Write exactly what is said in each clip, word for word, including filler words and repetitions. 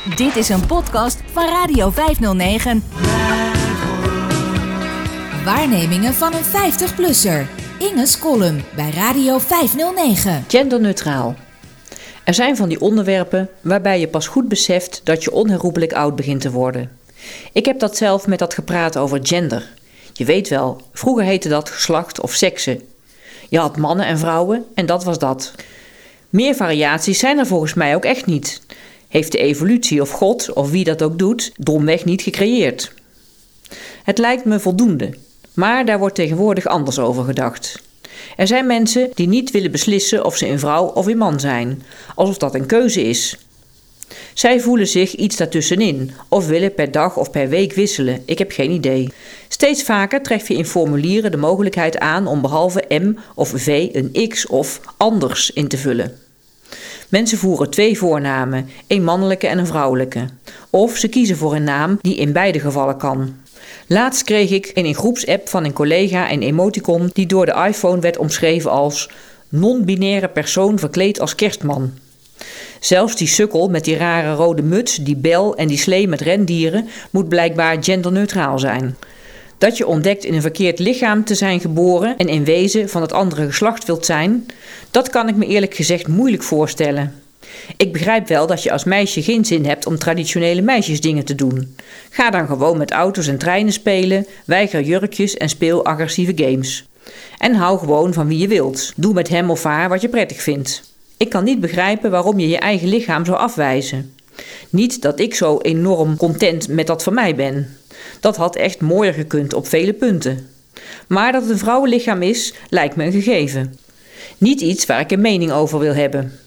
Dit is een podcast van Radio vijfhonderdnegen. Waarnemingen van een vijftig-plusser. Inge's column bij Radio vijfhonderdnegen. Genderneutraal. Er zijn van die onderwerpen waarbij je pas goed beseft dat je onherroepelijk oud begint te worden. Ik heb dat zelf met dat gepraat over gender. Je weet wel, vroeger heette dat geslacht of seksen. Je had mannen en vrouwen en dat was dat. Meer variaties zijn er volgens mij ook echt niet. Heeft de evolutie of God, of wie dat ook doet, domweg niet gecreëerd. Het lijkt me voldoende, maar daar wordt tegenwoordig anders over gedacht. Er zijn mensen die niet willen beslissen of ze een vrouw of een man zijn, alsof dat een keuze is. Zij voelen zich iets daartussenin, of willen per dag of per week wisselen, ik heb geen idee. Steeds vaker tref je in formulieren de mogelijkheid aan om behalve M of V een X of anders in te vullen. Mensen voeren twee voornamen, een mannelijke en een vrouwelijke. Of ze kiezen voor een naam die in beide gevallen kan. Laatst kreeg ik in een groepsapp van een collega een emoticon die door de iPhone werd omschreven als non-binaire persoon verkleed als kerstman. Zelfs die sukkel met die rare rode muts, die bel en die slee met rendieren moet blijkbaar genderneutraal zijn. Dat je ontdekt in een verkeerd lichaam te zijn geboren en in wezen van het andere geslacht wilt zijn, dat kan ik me eerlijk gezegd moeilijk voorstellen. Ik begrijp wel dat je als meisje geen zin hebt om traditionele meisjesdingen te doen. Ga dan gewoon met auto's en treinen spelen, weiger jurkjes en speel agressieve games. En hou gewoon van wie je wilt. Doe met hem of haar wat je prettig vindt. Ik kan niet begrijpen waarom je je eigen lichaam zou afwijzen. Niet dat ik zo enorm content met dat van mij ben. Dat had echt mooier gekund op vele punten. Maar dat het een vrouwenlichaam is, lijkt me een gegeven. Niet iets waar ik een mening over wil hebben.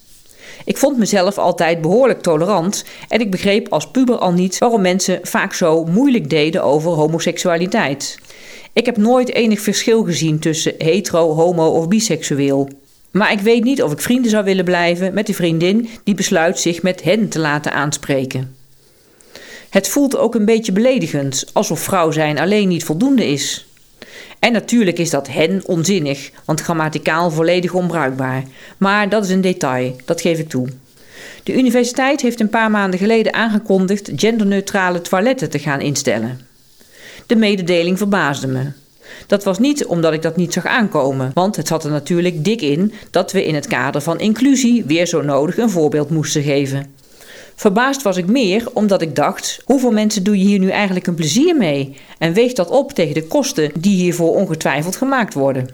Ik vond mezelf altijd behoorlijk tolerant en ik begreep als puber al niet waarom mensen vaak zo moeilijk deden over homoseksualiteit. Ik heb nooit enig verschil gezien tussen hetero, homo of biseksueel. Maar ik weet niet of ik vrienden zou willen blijven met een vriendin die besluit zich met hen te laten aanspreken. Het voelt ook een beetje beledigend, alsof vrouw zijn alleen niet voldoende is. En natuurlijk is dat hen onzinnig, want grammaticaal volledig onbruikbaar. Maar dat is een detail, dat geef ik toe. De universiteit heeft een paar maanden geleden aangekondigd genderneutrale toiletten te gaan instellen. De mededeling verbaasde me. Dat was niet omdat ik dat niet zag aankomen, want het zat er natuurlijk dik in dat we in het kader van inclusie weer zo nodig een voorbeeld moesten geven. Verbaasd was ik meer omdat ik dacht, hoeveel mensen doe je hier nu eigenlijk een plezier mee? En weeg dat op tegen de kosten die hiervoor ongetwijfeld gemaakt worden.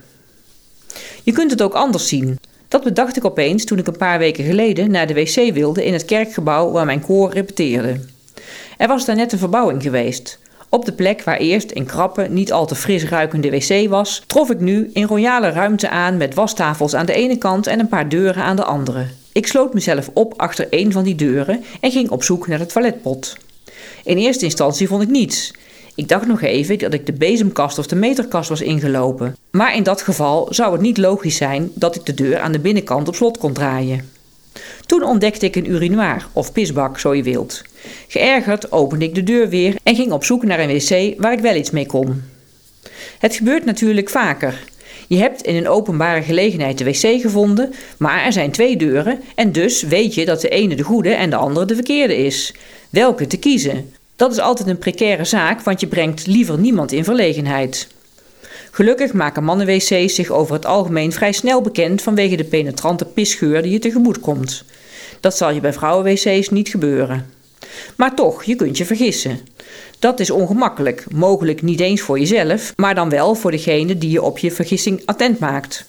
Je kunt het ook anders zien. Dat bedacht ik opeens toen ik een paar weken geleden naar de wc wilde in het kerkgebouw waar mijn koor repeteerde. Er was daar net een verbouwing geweest. Op de plek waar eerst een krappe, niet al te fris ruikende wc was, trof ik nu een royale ruimte aan met wastafels aan de ene kant en een paar deuren aan de andere. Ik sloot mezelf op achter een van die deuren en ging op zoek naar het toiletpot. In eerste instantie vond ik niets. Ik dacht nog even dat ik de bezemkast of de meterkast was ingelopen. Maar in dat geval zou het niet logisch zijn dat ik de deur aan de binnenkant op slot kon draaien. Toen ontdekte ik een urinoir of pisbak, zo je wilt. Geërgerd opende ik de deur weer en ging op zoek naar een wc waar ik wel iets mee kon. Het gebeurt natuurlijk vaker. Je hebt in een openbare gelegenheid de wc gevonden, maar er zijn twee deuren en dus weet je dat de ene de goede en de andere de verkeerde is. Welke te kiezen? Dat is altijd een precaire zaak, want je brengt liever niemand in verlegenheid. Gelukkig maken mannen-wc's zich over het algemeen vrij snel bekend vanwege de penetrante pisgeur die je tegemoet komt. Dat zal je bij vrouwen-wc's niet gebeuren. Maar toch, je kunt je vergissen. Dat is ongemakkelijk, mogelijk niet eens voor jezelf, maar dan wel voor degene die je op je vergissing attent maakt.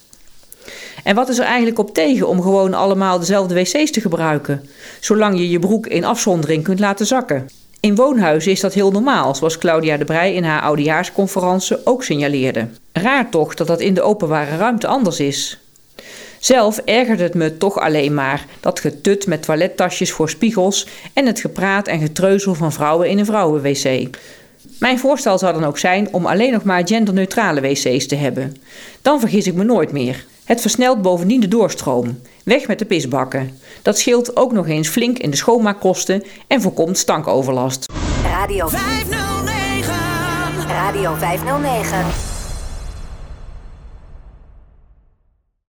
En wat is er eigenlijk op tegen om gewoon allemaal dezelfde wc's te gebruiken, zolang je je broek in afzondering kunt laten zakken? In woonhuizen is dat heel normaal, zoals Claudia de Breij in haar oudejaarsconferentie ook signaleerde. Raar toch dat dat in de openbare ruimte anders is. Zelf ergert het me toch alleen maar, dat getut met toilettasjes voor spiegels en het gepraat en getreuzel van vrouwen in een vrouwenwc. Mijn voorstel zou dan ook zijn om alleen nog maar genderneutrale wc's te hebben. Dan vergis ik me nooit meer. Het versnelt bovendien de doorstroom. Weg met de pisbakken. Dat scheelt ook nog eens flink in de schoonmaakkosten en voorkomt stankoverlast. Radio vijfhonderdnegen. Radio vijfhonderdnegen.